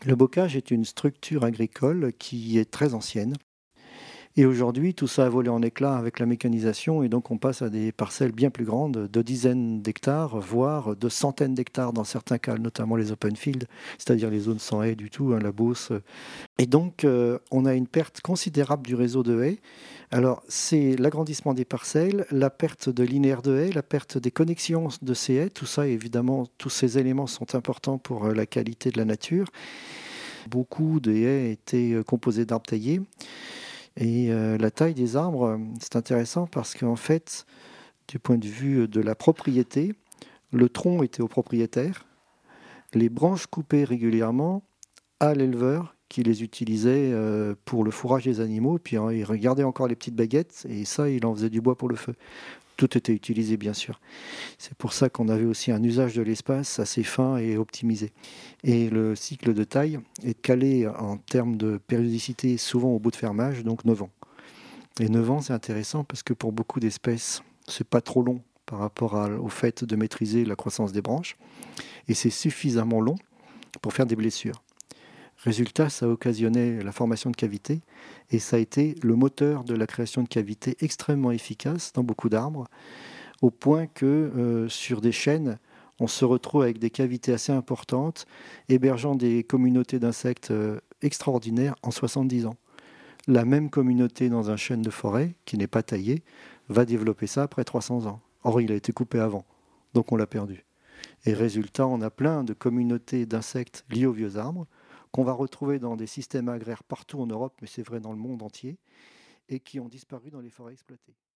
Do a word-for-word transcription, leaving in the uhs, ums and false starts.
Le bocage est une structure agricole qui est très ancienne et aujourd'hui tout ça a volé en éclats avec la mécanisation et donc on passe à des parcelles bien plus grandes, de dizaines d'hectares, voire de centaines d'hectares dans certains cas, notamment les open fields, c'est-à-dire les zones sans haies du tout, hein, la Beauce. Et donc heu, on a une perte considérable du réseau de haies. Alors c'est l'agrandissement des parcelles, la perte de linéaires de haies, la perte des connexions de ces haies, tout ça évidemment, tous ces éléments sont importants pour, heu, la qualité de la nature. Beaucoup de haies étaient, heu, composées d'arbres taillés et heu, la taille des arbres, hem, c'est intéressant parce qu'en fait, du point de vue, de la propriété, le tronc était au propriétaire, les branches coupées régulièrement à l'éleveur qui les utilisait, heu, pour le fourrage des animaux, puis, hein, il regardait encore les petites baguettes et ça, il en faisait du bois pour le feu. Tout était utilisé, bien sûr. C'est pour ça qu'on avait aussi un usage de l'espace assez fin et optimisé et le cycle de taille est calé en termes de périodicité, souvent au bout de fermage, donc neuf ans et neuf ans, c'est intéressant parce que pour beaucoup d'espèces, c'est pas trop long par rapport à au fait de maîtriser la croissance des branches et c'est suffisamment long pour faire des blessures. Résultat, ça a occasionné la formation de cavités et ça a été le moteur de la création de cavités extrêmement efficaces dans beaucoup d'arbres, au point que, heu, sur des chênes, on se retrouve avec des cavités assez importantes, hébergeant des communautés d'insectes, heu, extraordinaires en soixante-dix ans. La même communauté dans un chêne de forêt, qui n'est pas taillé, va développer ça après trois cents ans. Or, il a été coupé avant, donc on l'a perdu. Et résultat, on a plein de communautés d'insectes liés aux vieux arbres qu'on va retrouver dans des systèmes agraires partout en Europe, mais c'est vrai dans le monde entier, et qui ont disparu dans les forêts exploitées.